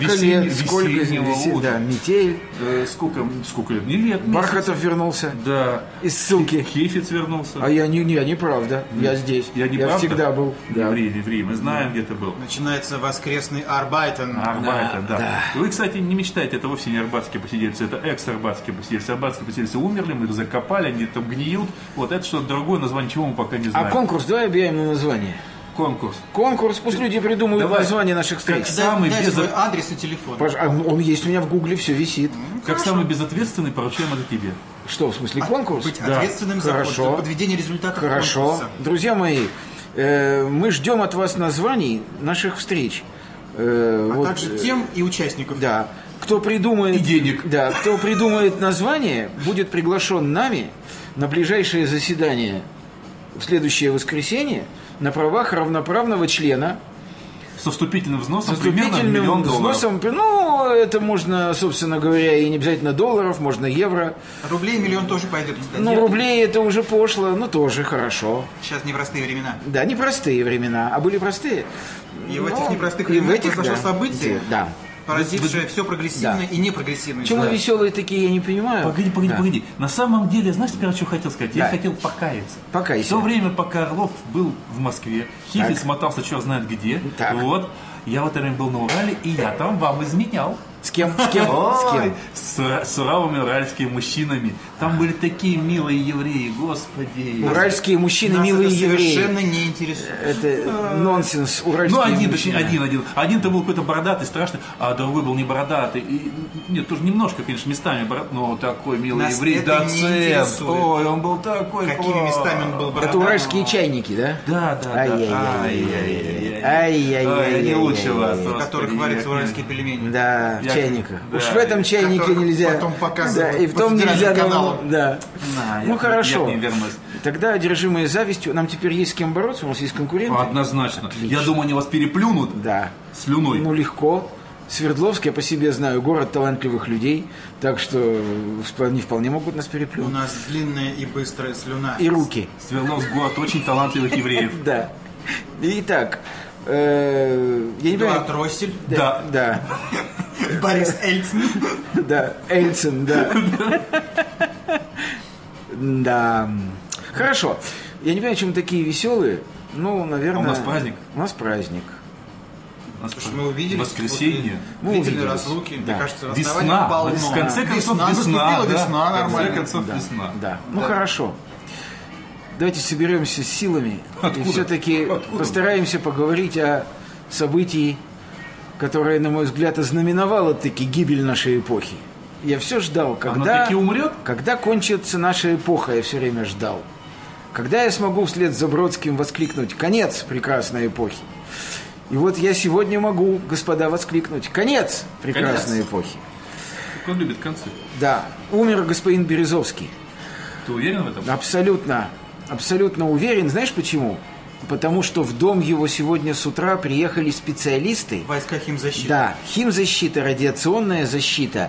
лет, сколько весеннего да, метель. Сколько лет? Не лет. Бархатов вернулся. Да. Из ссылки. Хефиц вернулся. А я неправда. Я здесь. Я всегда был. Еврей. Мы знаем, где ты был. Начинается воскресный Арбайтен. Да. Вы, кстати, не мечтаете, это вовсе не арбатские поселенцы, это экс-арбатские поселенцы. Арбатские поселенцы умерли, мы их закопали, они там гниют. Вот это что-то другое, название чего мы пока не знаем. А конкурс, давай объявим на название. Конкурс, пусть люди придумают название наших встреч. Дай свой адрес и телефон. Он есть у меня в Гугле, все висит. Как самый безответственный, поручаем это тебе. Что, в смысле, конкурс? Быть ответственным за подведение результатов конкурса. Хорошо. Друзья мои, мы ждем от вас названий наших встреч. Также тем и участников. Да. Кто придумает... И денег. Да, кто придумает название, будет приглашен нами на ближайшее заседание в следующее воскресенье на правах равноправного члена. Со вступительным взносом примерно $1 миллион. Это можно, собственно говоря, и не обязательно долларов, можно евро. Рублей миллион тоже пойдет, кстати. Рублей это уже пошло, тоже хорошо. Сейчас непростые времена. Да, непростые времена. А были простые? И в этих непростых временах произошло событие, поразившее все прогрессивное и непрогрессивное. Почему веселые такие, я не понимаю. Погоди. На самом деле, знаешь, теперь что хотел сказать? Я хотел покаяться. Покайся. В то время, пока Орлов был в Москве, Хифиц мотался черт знает где. Вот. Я в это время был на Урале, и я там вам изменял. С кем? С суровыми уральскими мужчинами. Там были такие милые евреи, господи. Уральские мужчины, милые евреи. Совершенно не интересует. Это нонсенс. Уральские мужчины. Один. Один-то был какой-то бородатый, страшный, а другой был не бородатый. Нет, тоже немножко, конечно, местами бородатый, но такой милый еврей, доцент. Ой, он был такой. Какими местами он был бородатый? Это уральские чайники, да? Да. Ай-яй-яй. Не лучше вас. В которых варятся уральские пельмени. Да, в чайниках. Уж в этом чайнике нельзя. Потом показывают. И в том нельзя. Да. Хорошо. Тогда, одержимые завистью, нам теперь есть с кем бороться, у нас есть конкуренты. Однозначно. Я думаю, они вас переплюнут. Да. Слюной. Легко. Свердловск, я по себе знаю, город талантливых людей, так что они вполне могут нас переплюнуть. У нас длинная и быстрая слюна. И руки. Свердловск город очень талантливых евреев. Да. Итак, я не понимаю. Эдуард Россель. Да. Борис Эльцин. Да, Эльцин, да. Да. Хорошо. Я не понимаю, чем такие веселые. Наверное... У нас праздник. У нас праздник. Мы увидели воскресенье. Длительные разлуки. Мне кажется, весна. полно. В конце концов, наступила весна, нормально. В конце концов, весна. Да. Хорошо. Давайте соберемся с силами. И все-таки постараемся поговорить о событии, которое, на мой взгляд, ознаменовало таки гибель нашей эпохи. Я все ждал, когда кончится наша эпоха, я все время ждал. Когда я смогу вслед за Бродским воскликнуть «Конец прекрасной эпохи». И вот я сегодня могу, господа, воскликнуть «Конец прекрасной эпохи». Он любит концы. Да. Умер господин Березовский. Ты уверен в этом? Абсолютно уверен. Знаешь почему? Потому что в дом его сегодня с утра приехали специалисты. Войска химзащиты. Да, химзащита, радиационная защита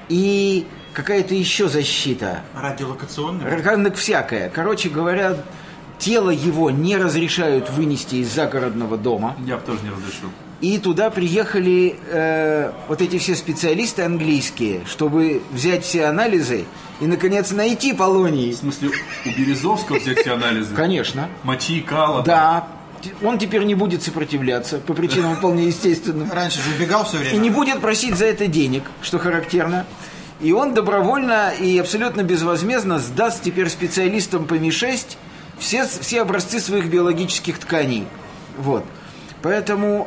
и какая-то еще защита. Радиолокационная? Всякая. Короче говоря, тело его не разрешают вынести из загородного дома. Я бы тоже не разрешил. И туда приехали вот эти все специалисты английские, чтобы взять все анализы и, наконец, найти полоний. В смысле, у Березовского взять все анализы? Конечно. Мочи, кала. Да. Он теперь не будет сопротивляться по причинам вполне естественным. Раньше же убегал все время. И не будет просить за это денег, что характерно. И он добровольно и абсолютно безвозмездно сдаст теперь специалистам по МИ-6 все образцы своих биологических тканей. Вот. Поэтому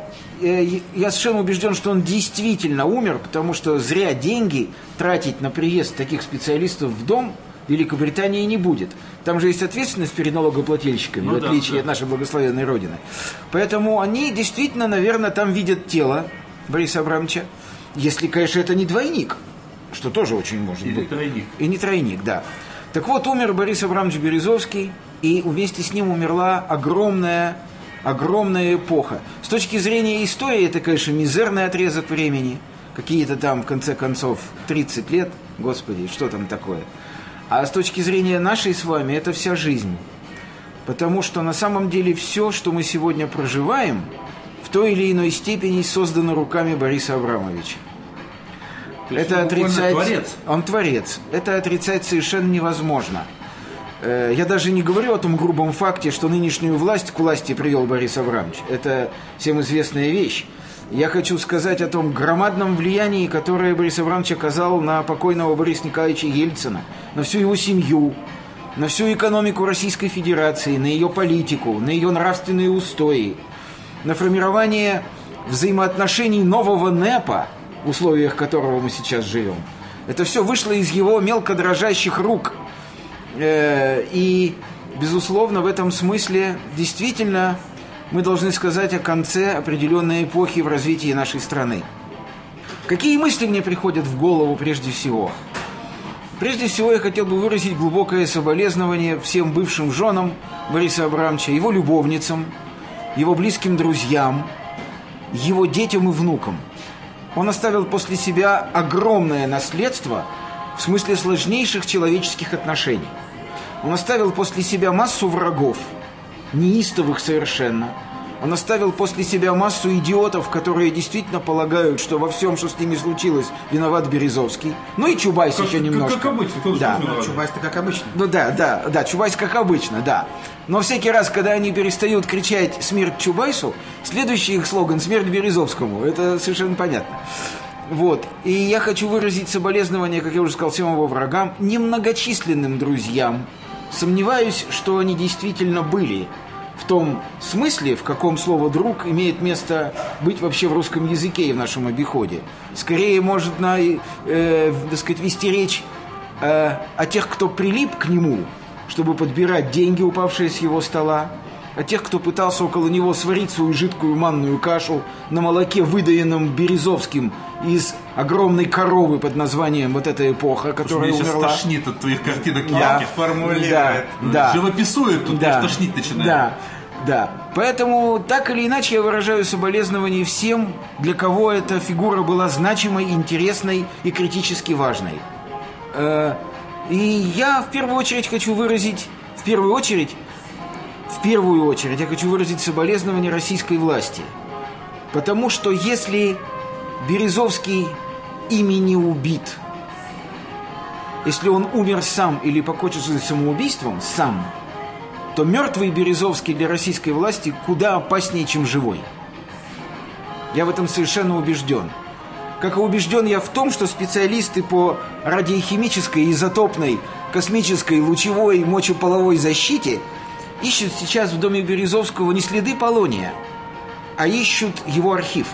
я совершенно убежден, что он действительно умер, потому что зря деньги тратить на приезд таких специалистов в дом Великобритании не будет. Там же есть ответственность перед налогоплательщиками, в отличие от нашей благословенной Родины. Поэтому они действительно, наверное, там видят тело Бориса Абрамовича, если, конечно, это не двойник, что тоже очень может быть. Или тройник. И не тройник, да. Так вот, умер Борис Абрамович Березовский, и вместе с ним умерла огромная эпоха. С точки зрения истории, это, конечно, мизерный отрезок времени. Какие-то там, в конце концов, 30 лет. Господи, что там такое? А с точки зрения нашей с вами, это вся жизнь. Потому что на самом деле все, что мы сегодня проживаем, в той или иной степени создано руками Бориса Абрамовича. Это отрицать... Творец. Он творец. Это отрицать совершенно невозможно. Я даже не говорю о том грубом факте, что нынешнюю власть к власти привел Борис Абрамович. Это всем известная вещь. Я хочу сказать о том громадном влиянии, которое Борис Абрамович оказал на покойного Бориса Николаевича Ельцина, на всю его семью, на всю экономику Российской Федерации, на ее политику, на ее нравственные устои, на формирование взаимоотношений нового НЭПа, в условиях которого мы сейчас живем. Это все вышло из его мелко дрожащих рук. И, безусловно, в этом смысле действительно мы должны сказать о конце определенной эпохи в развитии нашей страны. Какие мысли мне приходят в голову прежде всего? Прежде всего, я хотел бы выразить глубокое соболезнование всем бывшим женам Бориса Абрамовича, его любовницам, его близким друзьям, его детям и внукам. Он оставил после себя огромное наследство в смысле сложнейших человеческих отношений. Он оставил после себя массу врагов, неистовых совершенно. Он оставил после себя массу идиотов, которые действительно полагают, что во всем, что с ними случилось, виноват Березовский. Ну и Чубайс еще немножко. Как обычно. Да. Чубайс-то как обычно. Ну да, Чубайс как обычно, да. Но всякий раз, когда они перестают кричать «Смерть Чубайсу», следующий их слоган «Смерть Березовскому». Это совершенно понятно. Вот. И я хочу выразить соболезнования, как я уже сказал, всем его врагам, немногочисленным друзьям. Сомневаюсь, что они действительно были в том смысле, в каком слово «друг» имеет место быть вообще в русском языке и в нашем обиходе. Скорее, может, так сказать, вести речь о тех, кто прилип к нему, чтобы подбирать деньги, упавшие с его стола, о тех, кто пытался около него сварить свою жидкую манную кашу на молоке, выдаянном Березовским из огромной коровы под названием вот эта эпоха, которая умерла. Меня сейчас тошнит от твоих картинок, ярких формулирует. Живописует тут, тошнить начинает. Да. Поэтому, так или иначе, я выражаю соболезнования всем, для кого эта фигура была значимой, интересной и критически важной. И я в первую очередь хочу выразить я хочу выразить соболезнования российской власти. Потому что если Березовский ими не убит, если он умер сам или покончил самоубийством сам, то мертвый Березовский для российской власти куда опаснее, чем живой. Я в этом совершенно убежден. Как и убежден я в том, что специалисты по радиохимической, изотопной, космической, лучевой и мочеполовой защите ищут сейчас в доме Березовского не следы полония, а ищут его архив.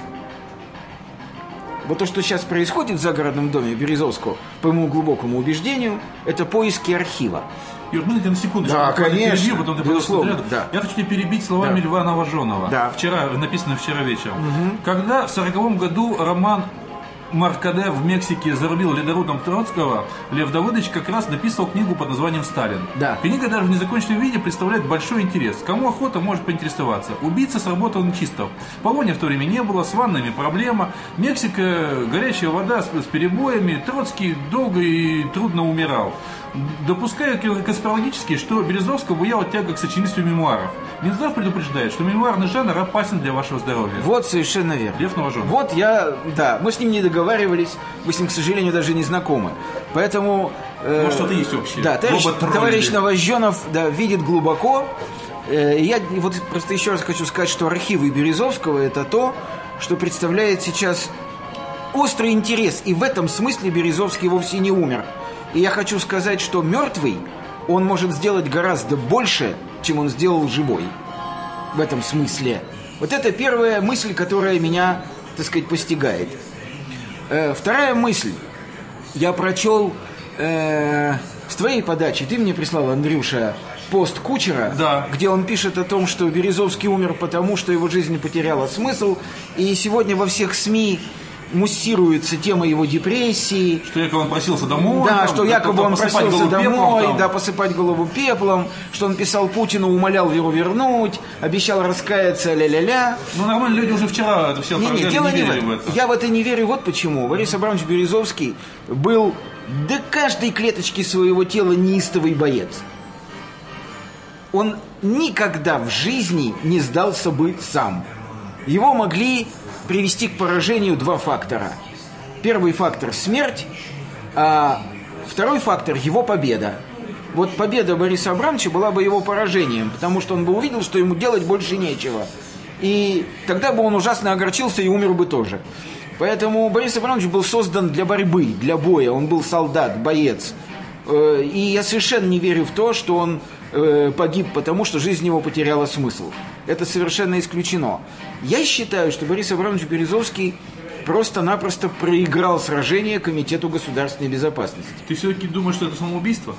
Вот то, что сейчас происходит в загородном доме Березовского, по моему глубокому убеждению, это поиски архива. Юр, ну на секундочку. Да, конечно. Перебью, потом ты безусловно. Да. Я хочу тебя перебить словами Льва Новоженова. Да. Написано вчера вечером. Угу. Когда в 1940 году роман Маркаде в Мексике зарубил ледорубом Троцкого, Лев Давыдович как раз написал книгу под названием «Сталин». Да. Книга даже в незаконченном виде представляет большой интерес. Кому охота, может поинтересоваться. Убийца сработал нечисто. Полония в то время не было, с ваннами проблема. Мексика, горячая вода с перебоями. Троцкий долго и трудно умирал. Допускаю конспирологически, что Березовского буяла тяга к сочинительству мемуаров. Минздрав предупреждает, что мемуарный жанр опасен для вашего здоровья. Вот совершенно верно. Лев Новоженов. Вот мы с ним не договаривались, мы с ним, к сожалению, даже не знакомы. Поэтому... Может, что-то есть общее. Да, товарищ Новоженов видит глубоко. Я вот просто еще раз хочу сказать, что архивы Березовского – это то, что представляет сейчас острый интерес. И в этом смысле Березовский вовсе не умер. И я хочу сказать, что мертвый, он может сделать гораздо больше, чем он сделал живой. В этом смысле. Вот это первая мысль, которая меня, так сказать, постигает. Вторая мысль. Я прочел с твоей подачи, ты мне прислал, Андрюша, пост Кучера, да, где он пишет о том, что Березовский умер потому, что его жизнь потеряла смысл. И сегодня во всех СМИ муссируется тема его депрессии. Что якобы он просился домой. Да, что якобы он просился домой, посыпать голову пеплом, что он писал Путину, умолял его вернуть, обещал раскаяться, ля-ля-ля. Ну, нормально, люди уже вчера это все не верили в это. Я в это не верю, вот почему. Борис Абрамович Березовский был до каждой клеточки своего тела неистовый боец. Он никогда в жизни не сдался бы сам. его могли привести к поражению два фактора. Первый фактор – смерть, а второй фактор – его победа. Вот победа Бориса Абрамовича была бы его поражением, потому что он бы увидел, что ему делать больше нечего. И тогда бы он ужасно огорчился и умер бы тоже. Поэтому Борис Абрамович был создан для борьбы, для боя. Он был солдат, боец. И я совершенно не верю в то, что он погиб потому, что жизнь его потеряла смысл. Это совершенно исключено. Я считаю, что Борис Абрамович Березовский просто-напросто проиграл сражение Комитету государственной безопасности. Ты все-таки думаешь, что это самоубийство?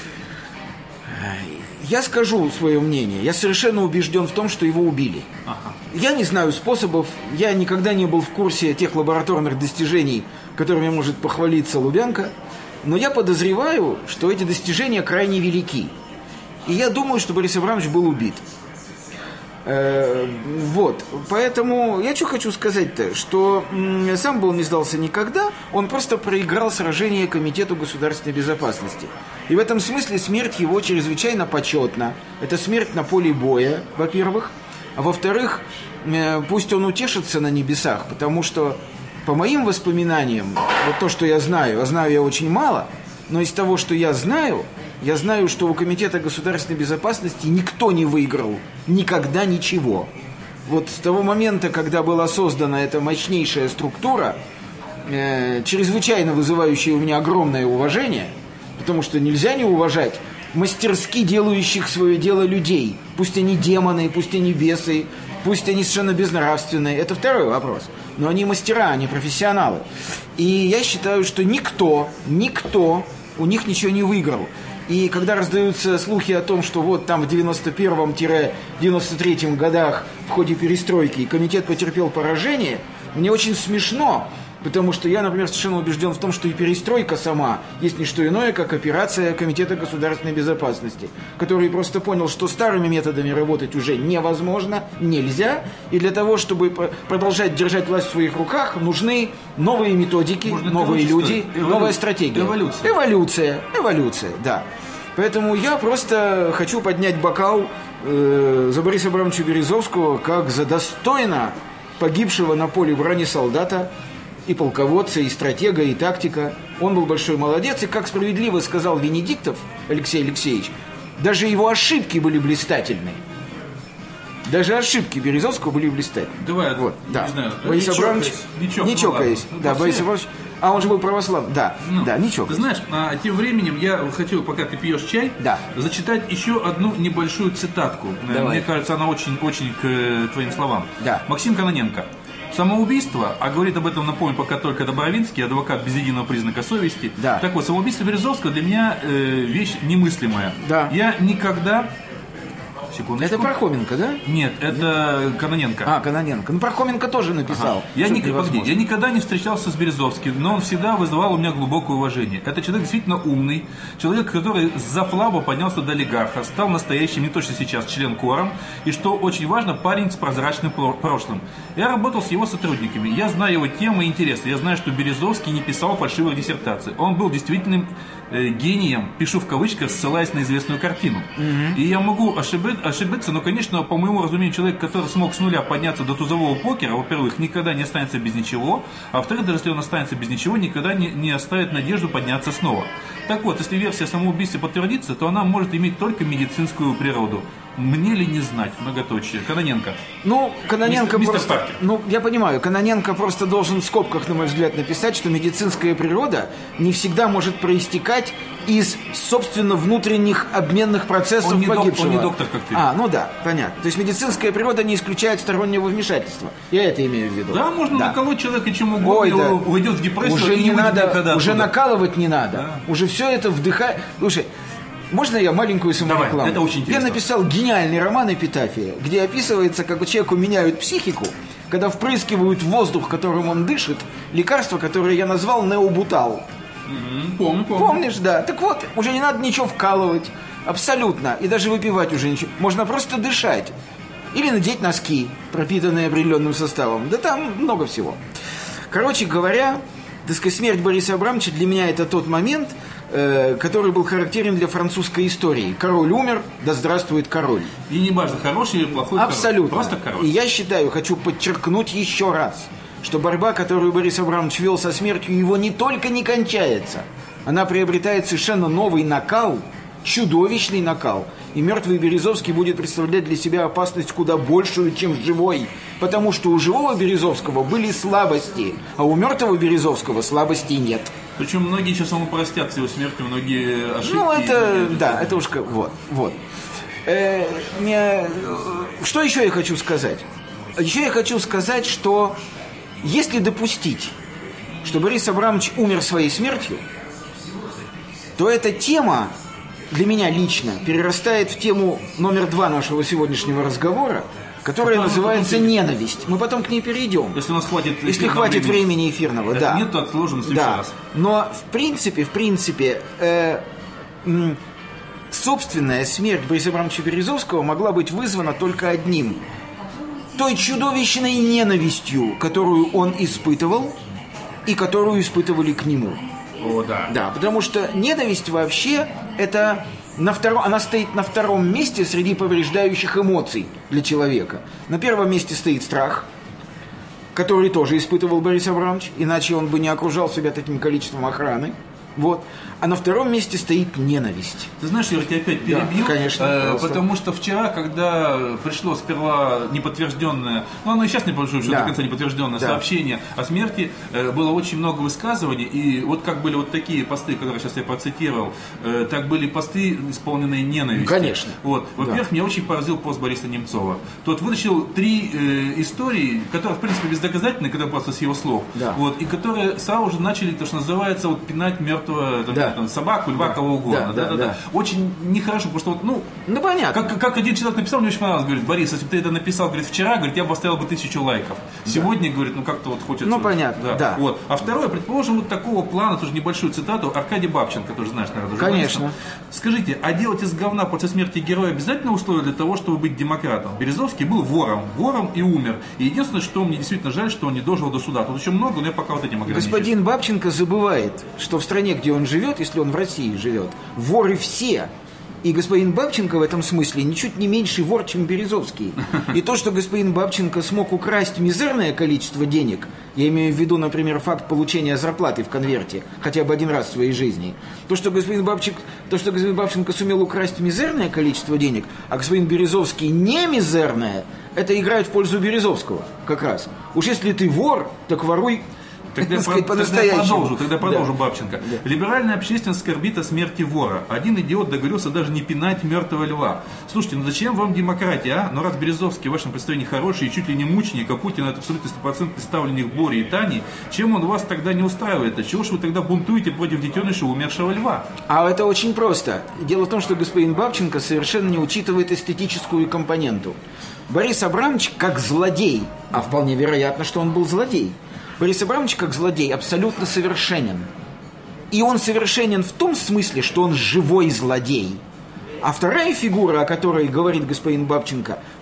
Я скажу свое мнение. Я совершенно убежден в том, что его убили. Ага. Я не знаю способов, я никогда не был в курсе тех лабораторных достижений, которыми может похвалиться Лубянка, но я подозреваю, что эти достижения крайне велики. И я думаю, что Борис Абрамович был убит. Вот, поэтому я что хочу сказать-то, что сам бы он не сдался никогда, он просто проиграл сражение Комитету государственной безопасности. И в этом смысле смерть его чрезвычайно почетна. Это смерть на поле боя, во-первых. А во-вторых, пусть он утешится на небесах, потому что, по моим воспоминаниям, вот то, что я знаю, а знаю я очень мало, но из того, что я знаю, что у Комитета государственной безопасности никто не выиграл никогда ничего. Вот с того момента, когда была создана эта мощнейшая структура, чрезвычайно вызывающая у меня огромное уважение, потому что нельзя не уважать мастерски делающих свое дело людей. Пусть они демоны, пусть они бесы, пусть они совершенно безнравственные. Это второй вопрос. Но они мастера, они профессионалы. И я считаю, что никто у них ничего не выиграл. И когда раздаются слухи о том, что вот там в 91-93 годах в ходе перестройки комитет потерпел поражение, мне очень смешно, потому что я, например, совершенно убежден в том, что и перестройка сама есть не что иное, как операция Комитета государственной безопасности, который просто понял, что старыми методами работать уже невозможно, нельзя, и для того, чтобы продолжать держать власть в своих руках, нужны новые методики, новые люди, новая стратегия. Эволюция, да. Поэтому я просто хочу поднять бокал за Бориса Абрамовича Березовского как за достойно погибшего на поле брани солдата, и полководца, и стратега, и тактика. Он был большой молодец, и, как справедливо сказал Венедиктов Алексей Алексеевич, даже его ошибки были блистательны. Даже ошибки Березовского были блистательны. Давай, вот, да. Не знаю. Борис Абрамович, не чокаясь. Да, Борис Абрамович, он же был православный. Да, не чокаясь. Ты знаешь, тем временем я хотел, пока ты пьешь чай, зачитать еще одну небольшую цитатку. Давай. Мне кажется, она очень к твоим словам. Да. Максим Кононенко. Самоубийство, а говорит об этом, напомню, пока только Добровинский, адвокат без единого признака совести. Да. Так вот, самоубийство Березовского для меня вещь немыслимая. Да. Я никогда... Секундочку. Это Пархоменко, да? Нет, это Кононенко. Кононенко. Ну, Пархоменко тоже написал. Ага. Я никогда не встречался с Березовским, но он всегда вызывал у меня глубокое уважение. Это человек действительно умный, человек, который за флаба поднялся до олигарха, стал настоящим, не то что сейчас, член кором, и что очень важно, парень с прозрачным прошлым. Я работал с его сотрудниками, я знаю его темы и интересы, я знаю, что Березовский не писал фальшивых диссертаций. Он был действительным гением, пишу в кавычках, ссылаясь на известную картину. И я могу ошибиться, но, конечно, по моему разумению, человек, который смог с нуля подняться до тузового покера, во-первых, никогда не останется без ничего, а во-вторых, даже если он останется без ничего, никогда не оставит надежду подняться снова. Так вот, если версия самоубийства подтвердится, то она может иметь только медицинскую природу. Мне ли не знать, многоточие. Кононенко. Кононенко мистер Паркер. Я понимаю, Кононенко просто должен в скобках, на мой взгляд, написать, что медицинская природа не всегда может проистекать из, собственно, внутренних обменных процессов погибшего. Он не доктор, как ты. Да, понятно. То есть медицинская природа не исключает стороннего вмешательства. Я это имею в виду. Да, можно наколоть человека чем угодно, уйдет в депрессию. Уже не надо, уже накалывать не надо. Да. Уже все это вдыхать. Слушай, можно я маленькую саморекламу? Давай, это очень интересно. Я написал гениальный роман «Эпитафия», где описывается, как у человека меняют психику, когда впрыскивают в воздух, которым он дышит, лекарство, которое я назвал необутал. Помню. Помнишь, да. Так вот, уже не надо ничего вкалывать. Абсолютно. И даже выпивать уже ничего. Можно просто дышать. Или надеть носки, пропитанные определенным составом. Да там много всего. Короче говоря, так сказать, смерть Бориса Абрамовича для меня это тот момент, который был характерен для французской истории. Король умер, да здравствует король. И не важно, хороший или плохой абсолютно. Король. Просто король. И я считаю, хочу подчеркнуть еще раз, что борьба, которую Борис Абрамович вел со смертью, его не только не кончается, она приобретает совершенно новый накал, чудовищный накал. И мертвый Березовский будет представлять для себя опасность куда большую, чем живой. Потому что у живого Березовского были слабости, а у мертвого Березовского слабостей нет. Причем многие сейчас ему простят с его смертью, многие ошибки. Ну, это, да, это уж вот. Что еще я хочу сказать? Еще я хочу сказать, что если допустить, что Борис Абрамович умер своей смертью, то эта тема для меня лично перерастает в тему номер 2 нашего сегодняшнего разговора, которая называется «Ненависть». Мы потом к ней перейдем. Если у нас хватит времени эфирного, да. Нет, то отложим в следующий раз. Но в принципе, собственная смерть Бориса Абрамовича Березовского могла быть вызвана только одним: той чудовищной ненавистью, которую он испытывал и которую испытывали к нему. О, да. Да, потому что ненависть вообще это она стоит на втором месте среди повреждающих эмоций для человека. На первом месте стоит страх, который тоже испытывал Борис Абрамович, иначе он бы не окружал себя таким количеством охраны. Вот. А на втором месте стоит ненависть. Ты знаешь, я тебя опять перебью, да, конечно, потому что вчера, когда пришло сперва неподтвержденное, ну оно и сейчас не пришло, что до конца неподтвержденное сообщение о смерти, было очень много высказываний, и вот как были вот такие посты, которые сейчас я процитировал, так были посты, исполненные ненавистью. Конечно. Вот. Во-первых, меня очень поразил пост Бориса Немцова. Тот вытащил 3 истории, которые, в принципе, бездоказательны, когда просто с его слов, вот, и которые сразу же начали, то, что называется, вот, пинать мертвого собаку, льва, кого угодно. Да. Очень нехорошо, потому что вот, понятно. Как один человек написал, мне очень понравилось, говорит: Борис, если бы ты это написал, говорит, вчера, говорит, я бы поставил бы 1000 лайков. Сегодня, говорит, как-то вот хочется. Понятно, да. Вот. А второе, предположим, вот такого плана, тоже небольшую цитату, Аркадий Бабченко, тоже знаешь, наверное, конечно. Скажите, а делать из говна после смерти героя обязательно условие для того, чтобы быть демократом? Березовский был вором и умер. И единственное, что мне действительно жаль, что он не дожил до суда. Тут еще много, но я пока вот этим ограничусь. Господин Бабченко забывает, что в стране, где он живет, если он в России живет, воры все. И господин Бабченко в этом смысле ничуть не меньший вор, чем Березовский. И то, что господин Бабченко смог украсть мизерное количество денег, я имею в виду, например, факт получения зарплаты в конверте хотя бы один раз в своей жизни, то, что господин Бабченко сумел украсть мизерное количество денег, а господин Березовский не мизерное, это играет в пользу Березовского как раз. Уж если ты вор, так воруй. Тогда продолжу Бабченко. Да. Либеральная общественность скорбит о смерти вора. Один идиот договорился даже не пинать мертвого льва. Слушайте, зачем вам демократия, а? Но раз Березовский в вашем представлении хороший и чуть ли не мученик, а Путин это абсолютно 100% ставленник Бори и Тани, чем он вас тогда не устраивает? А чего ж вы тогда бунтуете против детеныша умершего льва? А это очень просто. Дело в том, что господин Бабченко совершенно не учитывает эстетическую компоненту. Борис Абрамович как злодей, а вполне вероятно, что он был злодей, Борис Абрамович как злодей абсолютно совершенен. И он совершенен в том смысле, что он живой злодей. А вторая фигура, о которой говорит господин Бабченко, по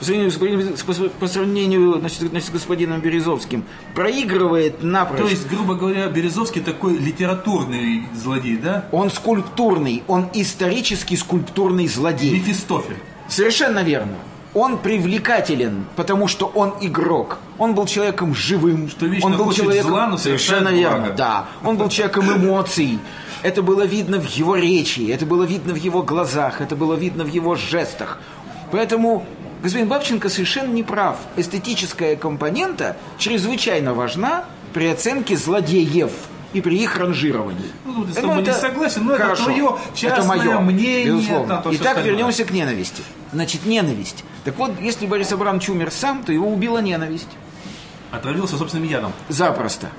сравнению с господином Березовским, проигрывает напрочь. То есть, грубо говоря, Березовский такой литературный злодей, да? Он скульптурный, он исторически скульптурный злодей. Мефистофель. Совершенно верно. Он привлекателен, потому что он игрок. Он был человеком живым. Что вечно хочет зла, но совершенно верно, да. Он был человеком эмоций. Это было видно в его речи, это было видно в его глазах, это было видно в его жестах. Поэтому господин Бабченко совершенно не прав. Эстетическая компонента чрезвычайно важна при оценке злодеев и при их ранжировании. Я с тобой не согласен, но это твое частное мнение. Безусловно. Итак, вернемся к ненависти. Значит, ненависть. Так вот, если Борис Абрамович умер сам, то его убила ненависть. Отравился собственным ядом. Запросто.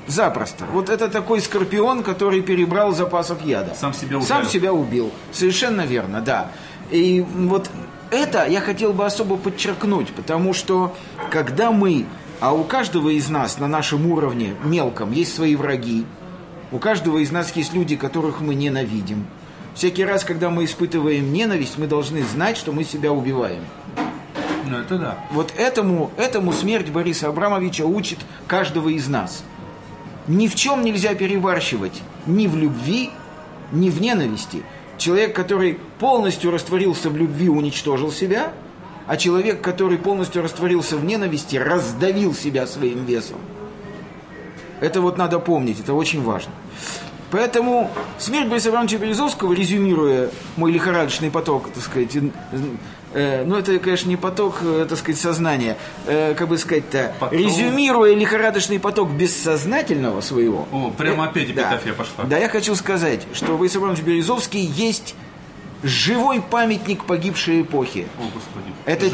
Вот это такой скорпион, который перебрал запасов яда. Сам себя убил. Совершенно верно, да. И вот это я хотел бы особо подчеркнуть, потому что когда мы... А у каждого из нас на нашем уровне мелком есть свои враги. У каждого из нас есть люди, которых мы ненавидим. Всякий раз, когда мы испытываем ненависть, мы должны знать, что мы себя убиваем. Ну, это да. Вот этому смерть Бориса Абрамовича учит каждого из нас. Ни в чем нельзя перебарщивать. Ни в любви, не в ненависти. Человек, который полностью растворился в любви, уничтожил себя, а человек, который полностью растворился в ненависти, раздавил себя своим весом. Это вот надо помнить, это очень важно. Поэтому смерть Бориса Абрамовича Березовского, резюмируя мой лихорадочный поток, так сказать, это, конечно, не поток, так сказать, сознания, как бы сказать-то, резюмируя лихорадочный поток бессознательного своего. О, прямо опять эпитафия пошла. Да, я хочу сказать, что Борис Абрамович Березовский есть живой памятник погибшей эпохи. О, Господи. Это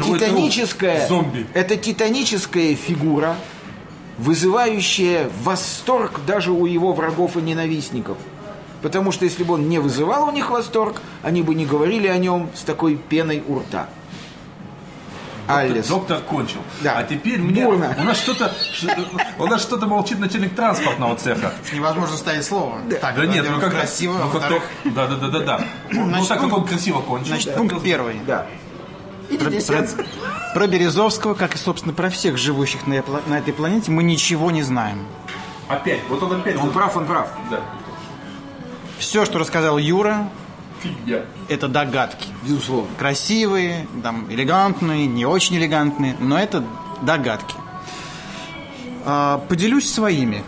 титаническая фигура, вызывающая восторг даже у его врагов и ненавистников. Потому что если бы он не вызывал у них восторг, они бы не говорили о нем с такой пеной у рта. Доктор кончил. Да. А теперь у нас что-то молчит начальник транспортного цеха. Невозможно ставить слово. Да. Так, да нет, как красиво. Да. Ну так как он красиво кончил. Значит, пункт первый. Да. Про Березовского, как и, собственно, про всех живущих на этой планете, мы ничего не знаем. Опять. Он прав. Да. Все, что рассказал Юра, Фигня. это догадки. Безусловно. Красивые, там, элегантные, не очень элегантные, но это догадки. Поделюсь своими.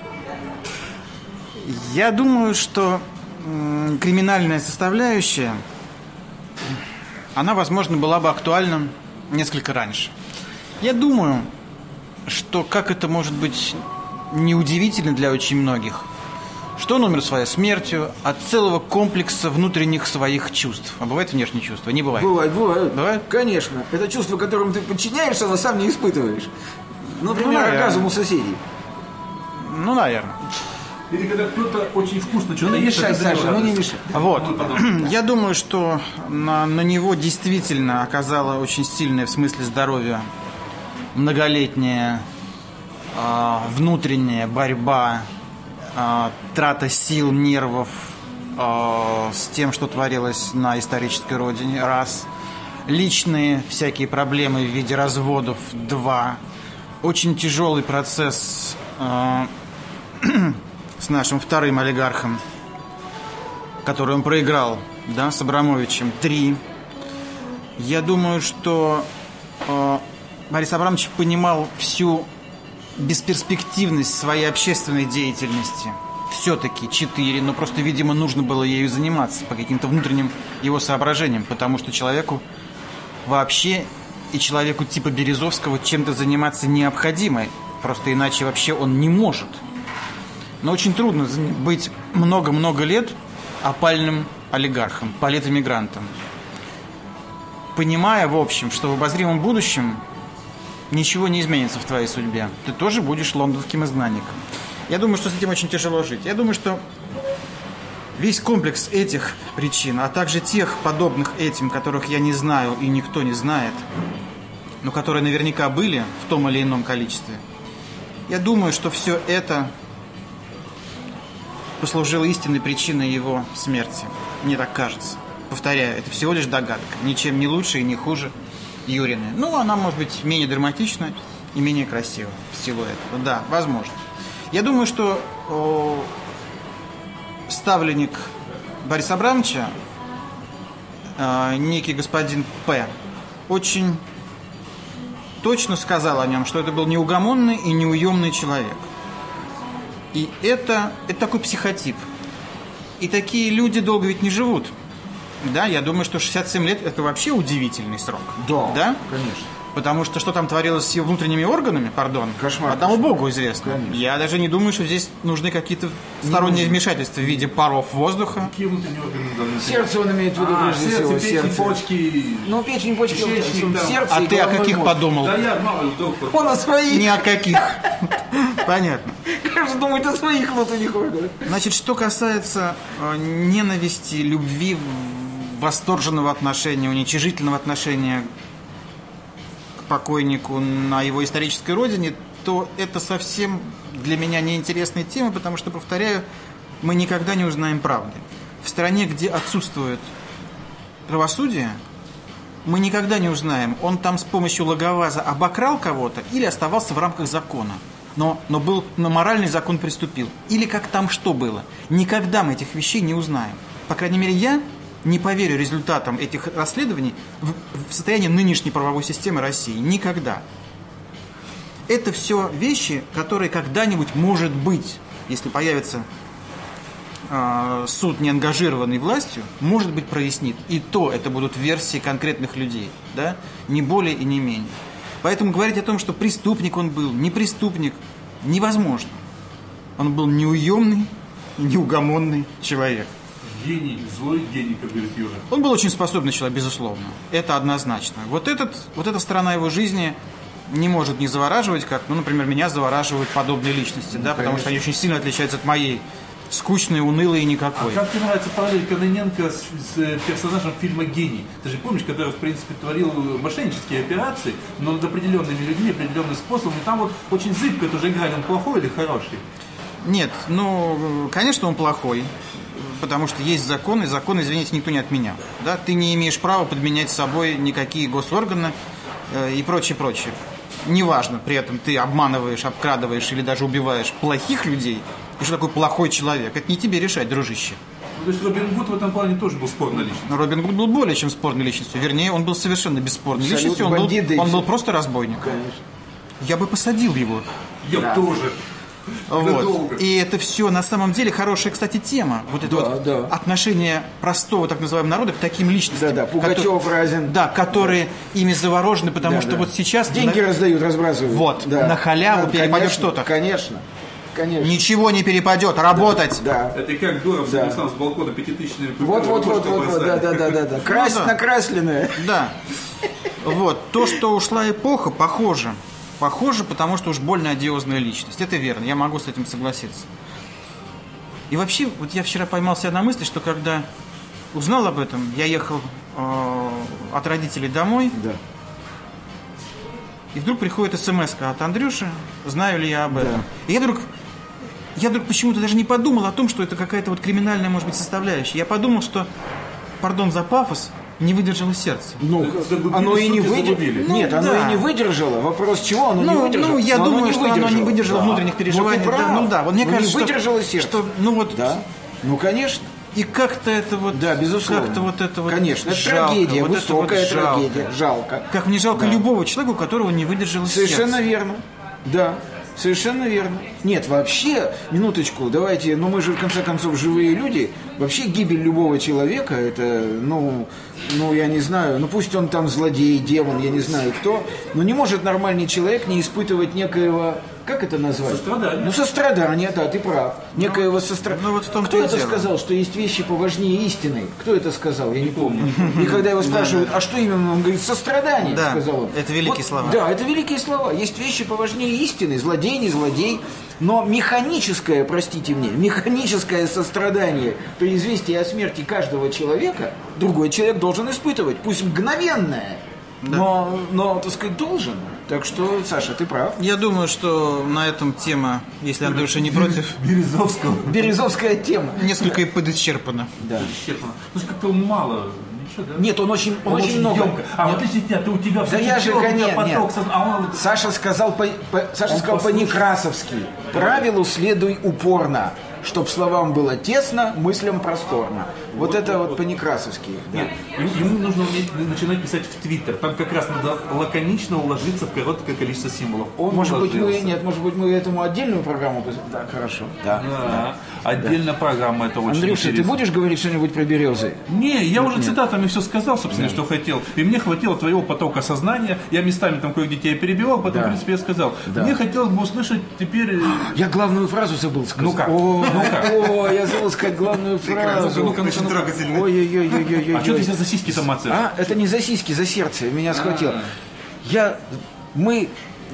Я думаю, что криминальная составляющая, она, возможно, была бы актуальна несколько раньше. Я думаю, что, как это может быть неудивительно для очень многих, что он умер своей смертью от целого комплекса внутренних своих чувств. А бывает внешние чувства? Не бывает. Бывает? Конечно. Это чувство, которым ты подчиняешься, но сам не испытываешь. Например, оргазм у соседей. Ну, наверное. Или когда кто-то очень вкусно что-то не мешай, Саша, не мешай. Вот. Я думаю, что на него действительно оказала очень сильная в смысле здоровья многолетняя внутренняя борьба, трата сил, нервов с тем, что творилось на исторической родине, раз. Личные всякие проблемы в виде разводов, два. Очень тяжелый процесс с нашим вторым олигархом, который он проиграл, да, с Абрамовичем, 3. Я думаю, что Борис Абрамович понимал всю бесперспективность своей общественной деятельности. Все-таки 4, но просто, видимо, нужно было ею заниматься по каким-то внутренним его соображениям, потому что человеку вообще и человеку типа Березовского чем-то заниматься необходимо, просто иначе вообще он не может. Но очень трудно быть много-много лет опальным олигархом, политэмигрантом, понимая, в общем, что в обозримом будущем ничего не изменится в твоей судьбе. Ты тоже будешь лондонским изгнанником. Я думаю, что с этим очень тяжело жить. Я думаю, что весь комплекс этих причин, а также тех подобных этим, которых я не знаю и никто не знает, но которые наверняка были в том или ином количестве, я думаю, что все это послужило истинной причиной его смерти. Мне так кажется. Повторяю, это всего лишь догадка. Ничем не лучше и не хуже Юрины. Ну, она может быть менее драматична и менее красива в силу этого. Да, возможно. Я думаю, что ставленник Бориса Абрамовича, некий господин П., очень точно сказал о нем, что это был неугомонный и неуемный человек. И это такой психотип. И такие люди долго ведь не живут. Да, я думаю, что 67 лет – это вообще удивительный срок. Да, конечно. Потому что там творилось с его внутренними органами, Кошмар. Одному Богу известно. Конечно. Я даже не думаю, что здесь нужны какие-то сторонние вмешательства в виде паров воздуха. Какие внутренние органы? Сердце он имеет в виду, прежде всего. Печень, почки. Ну, печень, почки, сердце. А ты о каких подумал? Да я мало ли, доктор. Он о своих. Ни о каких. Понятно. Каждый думает о своих внутренних органах. Значит, что касается ненависти, любви, восторженного отношения, уничижительного отношения к покойнику на его исторической родине, то это совсем для меня неинтересная тема, потому что, повторяю, мы никогда не узнаем правды. В стране, где отсутствует правосудие, мы никогда не узнаем, он там с помощью логоваза обокрал кого-то или оставался в рамках закона. но моральный закон приступил. Или как там что было. Никогда мы этих вещей не узнаем. По крайней мере, я не поверю результатам этих расследований в состоянии нынешней правовой системы России. Никогда. Это все вещи, которые когда-нибудь, может быть, если появится суд, не ангажированный властью, может быть, прояснит. И то это будут версии конкретных людей, да? Не более и не менее. Поэтому говорить о том, что преступник он был, не преступник, невозможно. Он был неуемный, неугомонный человек. Гений, злой гений, как говорит Юра. Он был очень способный человек, безусловно. Это однозначно. Вот эта сторона его жизни не может не завораживать, как, например, меня завораживают подобные личности, да, потому что они очень сильно отличаются от моей. Скучный, унылый и никакой. А как тебе нравится параллель Кононенко с персонажем фильма «Гений»? Ты же помнишь, когда, в принципе, творил мошеннические операции, но над определенными людьми, определенным способом, и там вот очень зыбко тоже играли, он плохой или хороший? Нет, конечно, он плохой, потому что есть закон, и закон, извините, никто не отменял. Да? Ты не имеешь права подменять собой никакие госорганы и прочее. Неважно, при этом ты обманываешь, обкрадываешь или даже убиваешь плохих людей. И что такое плохой человек? Это не тебе решать, дружище. То есть Робин Гуд в этом плане тоже был спорной личностью? Робин Гуд был более чем спорной личностью. Вернее, он был совершенно бесспорной личностью. Он был просто разбойник. Конечно. Я бы посадил его. Я тоже. Вот. И это все на самом деле хорошая, кстати, тема. Вот это отношение простого так называемого народа к таким личностям. Да, Пугачев, Разин. Да, которые ими заворожены, потому что вот сейчас... Деньги раздают, разбрасывают. Вот, на халяву перепадет что-то. Конечно. Ничего не перепадет, работать. Да. Это как Дуров сам с балкона 5000-ные Вот. Красть накрасленное. Да. Вот. То, что ушла эпоха, похоже, потому что уж больно одиозная личность. Это верно, я могу с этим согласиться. И вообще, вот я вчера поймал себя на мысли, что когда узнал об этом, я ехал от родителей домой, и вдруг приходит смс-ка от Андрюши, знаю ли я об этом. И я вдруг почему-то даже не подумал о том, что это какая-то вот криминальная, может быть, составляющая. Я подумал, что, пардон за пафос, не выдержало сердце. Оно и не выдержало. Нет, оно и не выдержало. Вопрос, чего оно не выдержало? Я думаю, что оно не выдержало внутренних переживаний. Вот мне кажется, не выдержало сердце. Конечно. И как-то это вот... Да, безусловно. Как-то вот это вот... Конечно, это трагедия, вот высокая это вот трагедия. Жалко. Как мне жалко любого человека, у которого не выдержало сердце. Совершенно верно. Да. Совершенно верно. Нет, вообще, минуточку, давайте, мы же в конце концов живые люди. Вообще гибель любого человека, это, я не знаю, пусть он там злодей, демон, я не знаю кто, но не может нормальный человек не испытывать некоего, как это назвать? Сострадание. Сострадание, да, ты прав. Некоего сострадания. Вот в том кто это сказал, что есть вещи поважнее истины? Кто это сказал? Я не помню. И когда его спрашивают, а что именно? Он говорит, сострадание, сказал он. Это великие слова. Да, это великие слова. Есть вещи поважнее истины, злодей, не злодей. Но механическое, простите мне, механическое сострадание при известии о смерти каждого человека другой человек должен испытывать. Пусть мгновенное, но, так сказать, должен. Так что, Саша, ты прав. Я думаю, что на этом тема, если Андрюша не против... Березовская тема. Несколько и подисчерпана. Да. Подисчерпана. Как-то мало... Нет, он очень много. Емко. А вот если тебя, у тебя да я же, нет. Саша сказал по-некрасовски. Правилу следуй упорно, чтоб словам было тесно, мыслям просторно. Вот это вот по-некрасовски. Да. Нет, ему нужно начинать писать в Твиттер. Там как раз надо лаконично уложиться в короткое количество символов. Может быть, мы этому отдельную программу... Да, хорошо. Да. Отдельная программа, это очень Андрюша, интересно. ты будешь говорить что-нибудь про березы? Не, я уже цитатами все сказал, собственно, что хотел. И мне хватило твоего потока сознания. Я местами там кое-где тебя перебивал, потом, в принципе, я сказал. Мне хотелось бы услышать теперь... Я главную фразу забыл сказать. Ну-ка. Я забыл сказать главную фразу. Очень трогательный. Ой-ой-ой. А что ты сейчас за сиськи там мацаешь? Это не за сиськи, за сердце. Меня схватило. Мы,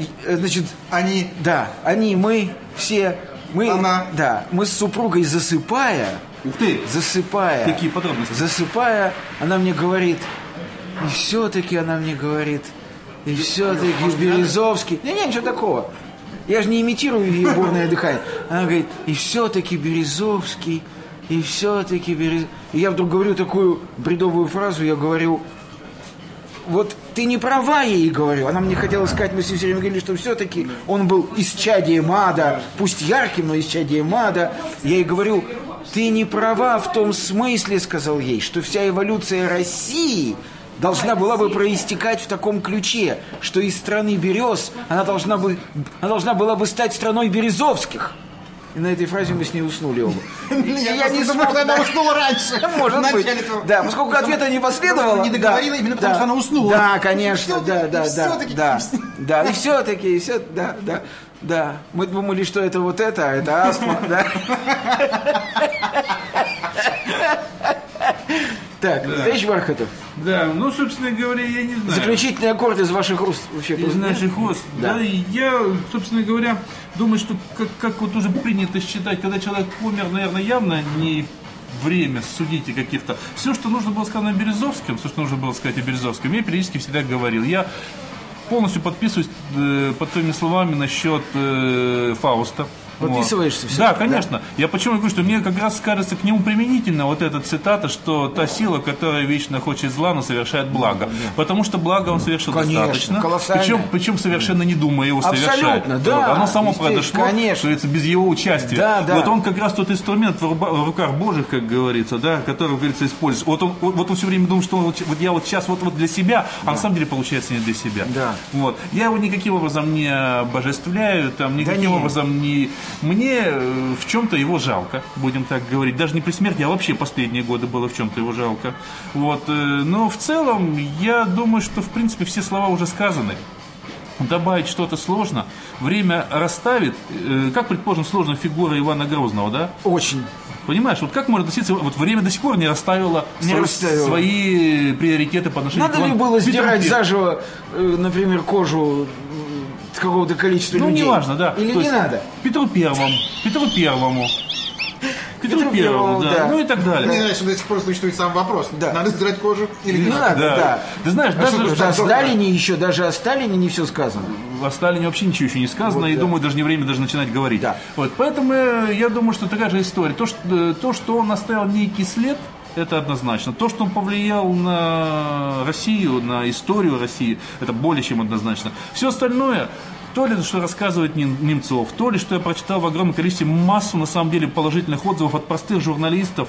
все... Мы с супругой засыпая... Ух ты! Засыпая... Какие подробности? Засыпая, она мне говорит... И все-таки она мне говорит... И все-таки Березовский... Ничего такого. Я же не имитирую ее бурное дыхание. Она говорит, и все-таки Березовский... И все-таки Березовский... И я вдруг говорю такую бредовую фразу, я говорю... Вот ты не права, я ей говорю. Она мне хотела сказать, мы все время говорили, что все-таки он был исчадием ада, пусть ярким, но исчадием ада. Я ей говорю, ты не права в том смысле, сказал ей, что вся эволюция России должна была бы проистекать в таком ключе, что из страны берез она должна была бы стать страной березовских. И на этой фразе мы с ней уснули оба. Я не думаю, что она уснула раньше. Может быть. Да, поскольку ответа не последовало. Не договорила именно потому, что она уснула. Да, конечно, да. Да, и все-таки, да. Мы думали, что это вот это, а это астма, да. Так, товарищ Бархатов. Да, ну, собственно говоря, я не знаю. Заключительный аккорд из ваших уст. Из наших уст. Да, я, собственно говоря, думаю, что как вот уже принято считать, когда человек умер, наверное, явно не время судить о каких-то... Все, что нужно было сказать о Березовском, все, что нужно было сказать о Березовском, я периодически всегда говорил. Я полностью подписываюсь под твоими словами насчет Фауста. Подписываешься все? Да, конечно. Да? Я почему говорю, что мне как раз кажется к нему применительно вот эта цитата, что та сила, которая вечно хочет зла, но совершает благо. Потому что благо он совершил достаточно. Причем совершенно не думая его совершать. Абсолютно, да. Оно само произошло, без его участия. Да. Вот он как раз тот инструмент в руках Божьих, как говорится, да, который, как говорится, используется. Вот он все время думает, что вот я вот сейчас вот для себя, а на самом деле получается не для себя. Да. Вот. Я его никаким образом не обожествляю, там, никаким образом не... Мне в чем-то его жалко, будем так говорить. Даже не при смерти, а вообще последние годы было в чем-то его жалко. Вот. Но в целом, я думаю, что в принципе все слова уже сказаны. Добавить что-то сложно. Время расставит. Как, предположим, сложная фигура Ивана Грозного, да? Очень. Понимаешь, вот как можно относиться... Вот время до сих пор не расставило свои приоритеты по отношению к... Надо ли было сдирать заживо, например, кожу... какого-то количества людей. Ну, неважно, да. Или не надо? Петру Первому, да. Ну и так далее. Мне нравится, что до сих пор существует сам вопрос. Да. Надо сдирать кожу или не надо? Да. Ты знаешь, даже о Сталине не все сказано. О Сталине вообще ничего еще не сказано, и думаю, даже не время даже начинать говорить. Да. Вот, поэтому я думаю, что такая же история. То, что он оставил некий след, это однозначно. То, что он повлиял на Россию, на историю России, это более чем однозначно. Все остальное, то ли, что рассказывает Немцов, то ли, что я прочитал в огромном количестве массу, на самом деле, положительных отзывов от простых журналистов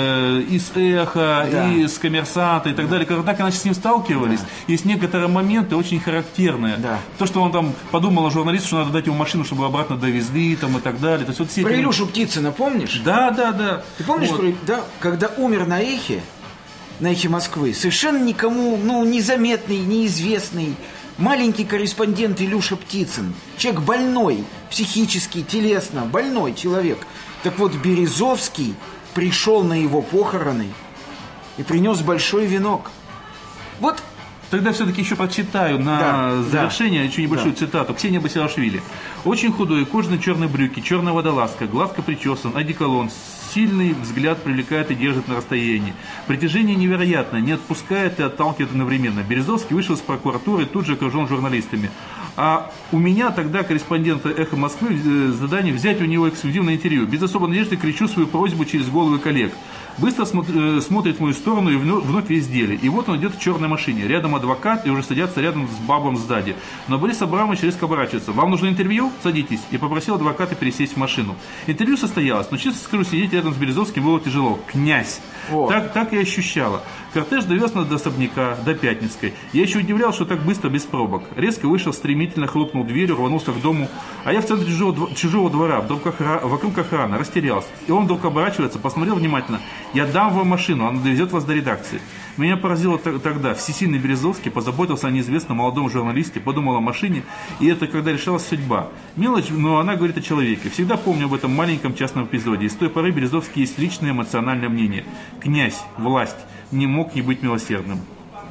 из «Эхо», из «Коммерсанта» и так далее, которые так иначе с ним сталкивались. Есть некоторые моменты очень характерные. То, что он там подумал о журналисте, что надо дать ему машину, чтобы обратно довезли там, и так далее. То есть, вот все про Илюшу Птицына помнишь? Да. Ты помнишь, когда умер на «Эхе» Москвы, совершенно никому, незаметный, неизвестный, маленький корреспондент Илюша Птицын, человек больной, психически, телесно, больной человек. Так вот, Березовский пришел на его похороны и принес большой венок. Вот. Тогда все-таки еще прочитаю на завершение еще небольшую цитату. Ксения Басилашвили. Очень худой, кожаные черные брюки, черная водолазка, гладко причесан, одеколон, сильный взгляд привлекает и держит на расстоянии. Притяжение невероятное, не отпускает и отталкивает одновременно. Березовский вышел из прокуратуры, тут же окружен журналистами. А у меня тогда, корреспондента «Эхо Москвы», задание взять у него эксклюзивное интервью. Без особой надежды кричу свою просьбу через головы коллег. Быстро смотрит в мою сторону и вновь весь в деле. И вот он идет в черной машине. Рядом адвокат и уже садятся рядом с бабом сзади. Но Борис Абрамович резко оборачивается. «Вам нужно интервью? Садитесь». И попросил адвоката пересесть в машину. Интервью состоялось, но, честно скажу, сидеть рядом с Березовским было тяжело. Князь. Так я ощущала. Кортеж довез нас до особняка, до Пятницкой. Я еще удивлял, что так быстро, без пробок. Резко вышел, стремительно хлопнул дверью, рванулся к дому. А я в центре чужого двора, вокруг охраны, растерялся. И он вдруг оборачивается, посмотрел внимательно. «Я дам вам машину, она довезет вас до редакции». Меня поразило тогда. Всесильный Березовский позаботился о неизвестном молодом журналисте, подумал о машине, и это когда решалась судьба. Мелочь, но она говорит о человеке. Всегда помню об этом маленьком частном эпизоде. И с той поры Березовский есть личное эмоциональное мнение. Князь, власть, не мог не быть милосердным.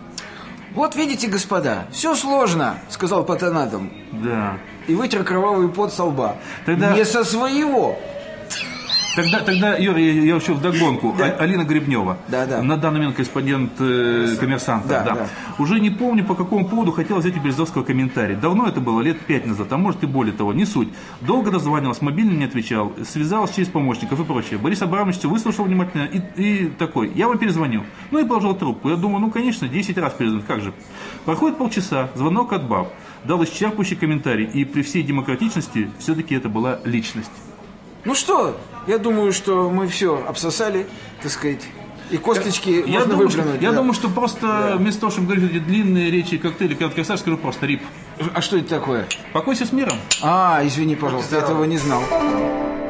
Вот видите, господа, все сложно, сказал патанатом. Да. И вытер кровавый пот со лба. Не со своего. Тогда, Юрий, я еще вдогонку. Да. Алина Гребнева, Да. на данный момент корреспондент «Коммерсанта». Да. Уже не помню, по какому поводу хотела взять у Березовского комментарий. Давно это было, лет 5 назад, а может и более того, не суть. Долго дозванивался, мобильный не отвечал, связалась через помощников и прочее. Борис Абрамович все выслушал внимательно и такой: я вам перезвоню. Ну и положил трубку. Я думаю, ну конечно, 10 раз перезвонить, как же. Проходит полчаса, звонок от баб. Дал исчерпывающий комментарий, и при всей демократичности все-таки это была личность. Ну что, я думаю, что мы все обсосали, так сказать, и косточки можно выплюнуть. Я думаю, что просто вместо того, чтобы говорить эти длинные речи и коктейли, я скажу просто рип. А что это такое? Покойся с миром. Извини, пожалуйста, я этого не знал.